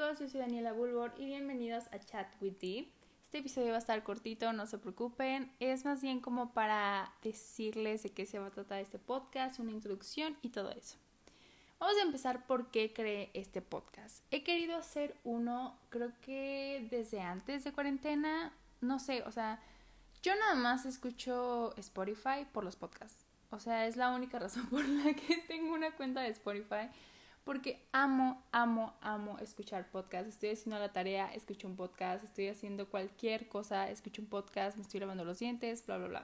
yo soy Daniela Bulbor y bienvenidos a Chat with Dee. Este episodio va a estar cortito, no se preocupen. Es más bien como para decirles de qué se va a tratar este podcast, una introducción y todo eso. Vamos a empezar por qué creé este podcast. He querido hacer uno, creo que desde antes de cuarentena, no sé, yo nada más escucho Spotify por los podcasts. Es la única razón por la que tengo una cuenta de Spotify. Porque amo escuchar podcasts. Estoy haciendo la tarea, escucho un podcast. Estoy haciendo cualquier cosa, escucho un podcast. Me estoy lavando los dientes, bla, bla, bla.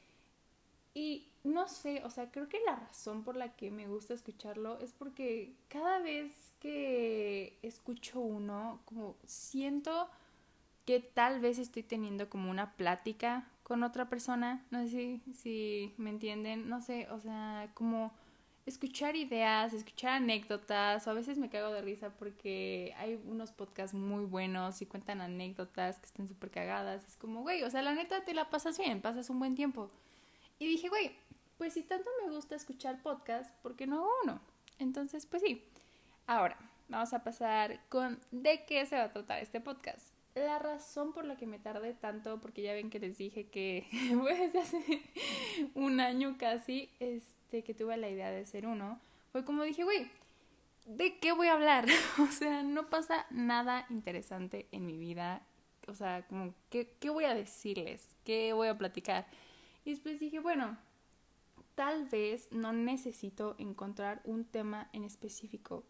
Y no sé, creo que la razón por la que me gusta escucharlo es porque cada vez que escucho uno, como siento que tal vez estoy teniendo como una plática con otra persona. No sé si me entienden. No sé, como escuchar ideas, escuchar anécdotas, o a veces me cago de risa porque hay unos podcasts muy buenos y cuentan anécdotas que están súper cagadas. Es como, güey, la neta te la pasas bien, pasas un buen tiempo. Y dije, güey, pues si tanto me gusta escuchar podcasts, ¿por qué no hago uno? Entonces, pues sí. Ahora, vamos a pasar con de qué se va a tratar este podcast. La razón por la que me tardé tanto, porque ya ven que les dije que desde hace un año casi, que tuve la idea de hacer uno, fue como dije, güey, ¿de qué voy a hablar? No pasa nada interesante en mi vida. Como, ¿qué voy a decirles? ¿Qué voy a platicar? Y después dije, bueno, tal vez no necesito encontrar un tema en específico.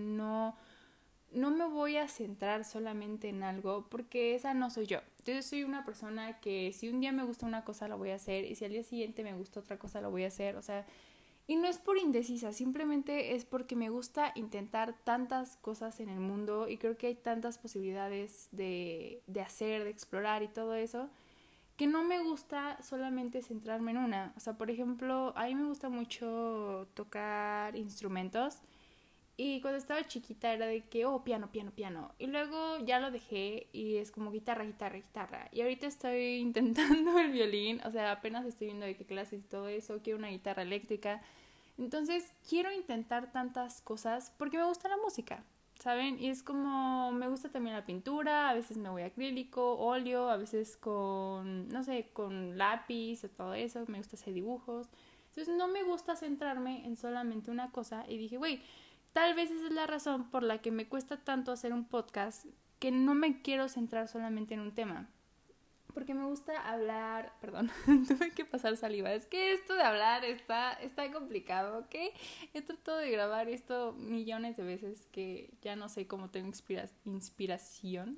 No me voy a centrar solamente en algo porque esa no soy yo. Yo soy una persona que si un día me gusta una cosa la voy a hacer y si al día siguiente me gusta otra cosa la voy a hacer. Y no es por indecisa, simplemente es porque me gusta intentar tantas cosas en el mundo y creo que hay tantas posibilidades de hacer, de explorar y todo eso, que no me gusta solamente centrarme en una. Por ejemplo, a mí me gusta mucho tocar instrumentos. Y cuando estaba chiquita era de que, piano. Y luego ya lo dejé y es como guitarra. Y ahorita estoy intentando el violín, apenas estoy viendo de qué clases y todo eso. Quiero una guitarra eléctrica. Entonces quiero intentar tantas cosas porque me gusta la música, ¿saben? Y es como, me gusta también la pintura, a veces me voy a acrílico, óleo, a veces con, no sé, con lápiz o todo eso. Me gusta hacer dibujos. Entonces no me gusta centrarme en solamente una cosa y dije, güey, tal vez esa es la razón por la que me cuesta tanto hacer un podcast, que no me quiero centrar solamente en un tema. Porque me gusta hablar, perdón, tuve que pasar saliva. Es que esto de hablar está complicado, ¿ok? He tratado de grabar esto millones de veces que ya no sé cómo tengo inspiración.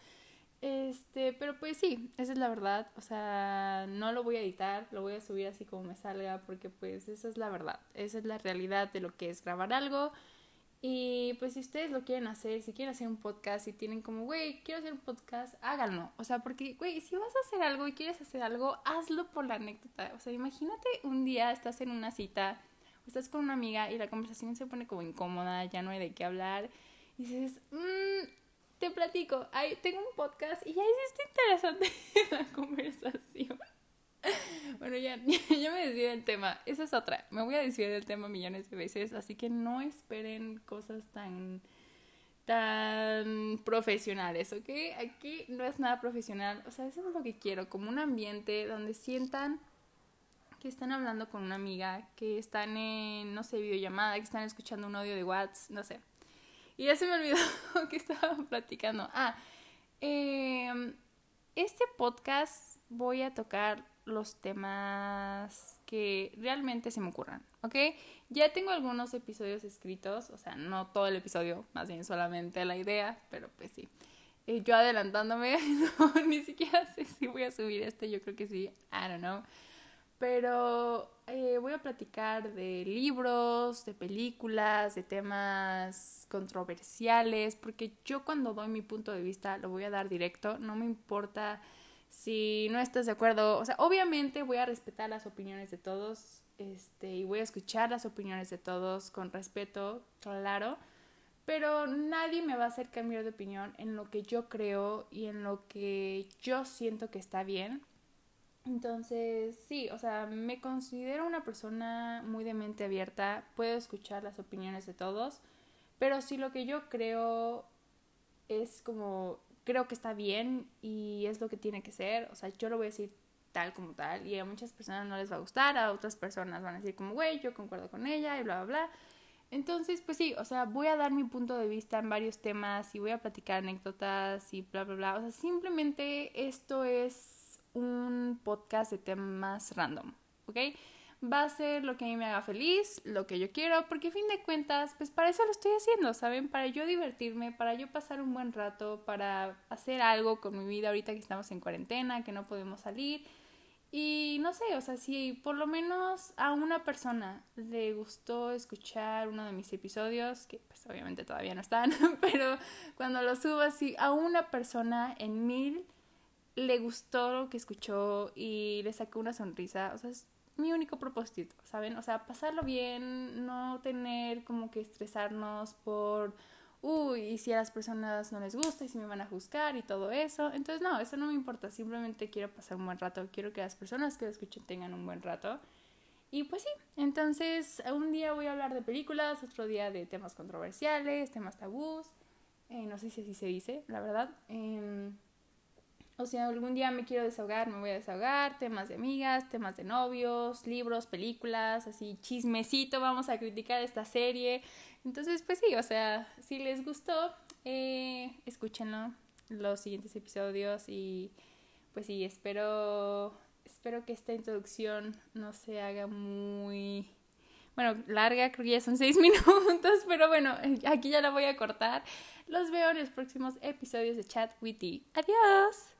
Pero pues sí, esa es la verdad. No lo voy a editar, lo voy a subir así como me salga porque pues esa es la verdad. Esa es la realidad de lo que es grabar algo. Y pues si ustedes lo quieren hacer, si quieren hacer un podcast, si tienen como, güey, quiero hacer un podcast, háganlo. Porque, güey, si vas a hacer algo y quieres hacer algo, hazlo por la anécdota. Imagínate un día estás en una cita, o estás con una amiga y la conversación se pone como incómoda, ya no hay de qué hablar. Y dices, te platico, tengo un podcast y ahí sí está interesante la conversación. Bueno, ya me desvié del tema. Esa es otra. Me voy a desviar del tema millones de veces, así que no esperen cosas tan profesionales, ¿ok? Aquí no es nada profesional. Eso es lo que quiero, como un ambiente donde sientan que están hablando con una amiga, que están en, no sé, videollamada, que están escuchando un audio de WhatsApp, no sé. Y ya se me olvidó que estaba platicando. Este podcast voy a tocar los temas que realmente se me ocurran, ¿ok? Ya tengo algunos episodios escritos, no todo el episodio, más bien solamente la idea, pero pues sí. Yo adelantándome, no, ni siquiera sé si voy a subir yo creo que sí, I don't know. Pero voy a platicar de libros, de películas, de temas controversiales, porque yo cuando doy mi punto de vista lo voy a dar directo, no me importa si no estás de acuerdo. Obviamente voy a respetar las opiniones de todos, y voy a escuchar las opiniones de todos con respeto, claro, pero nadie me va a hacer cambiar de opinión en lo que yo creo y en lo que yo siento que está bien. Entonces, sí, me considero una persona muy de mente abierta, puedo escuchar las opiniones de todos, pero si lo que yo creo es como, creo que está bien y es lo que tiene que ser. O sea, yo lo voy a decir tal como tal y a muchas personas no les va a gustar, a otras personas van a decir como, güey, yo concuerdo con ella y bla, bla, bla. Entonces, pues sí, o sea, voy a dar mi punto de vista en varios temas y voy a platicar anécdotas y bla, bla, bla. O sea, simplemente esto es un podcast de temas random, ¿ok? Va a ser lo que a mí me haga feliz, lo que yo quiero, porque a fin de cuentas, pues para eso lo estoy haciendo, ¿saben? Para yo divertirme, para yo pasar un buen rato, para hacer algo con mi vida ahorita que estamos en cuarentena, que no podemos salir. Y no sé, o sea, si por lo menos a una persona le gustó escuchar uno de mis episodios, que pues obviamente todavía no están, pero cuando lo suba, si a una persona en 1000 le gustó lo que escuchó y le sacó una sonrisa, o sea, es mi único propósito, ¿saben? O sea, pasarlo bien, no tener como que estresarnos por uy, y si a las personas no les gusta y si me van a juzgar y todo eso. Entonces, no, eso no me importa. Simplemente quiero pasar un buen rato. Quiero que las personas que lo escuchen tengan un buen rato. Y pues sí, entonces un día voy a hablar de películas, otro día de temas controversiales, temas tabús. No sé si así se dice, la verdad. O sea, algún día me quiero desahogar, me voy a desahogar, temas de amigas, temas de novios, libros, películas, así chismecito, vamos a criticar esta serie. Entonces, pues sí, o sea, si les gustó, escúchenlo, los siguientes episodios y pues sí, espero que esta introducción no se haga muy, bueno, larga, creo que ya son 6 minutos, pero bueno, aquí ya la voy a cortar. Los veo en los próximos episodios de Chat with T. Adiós.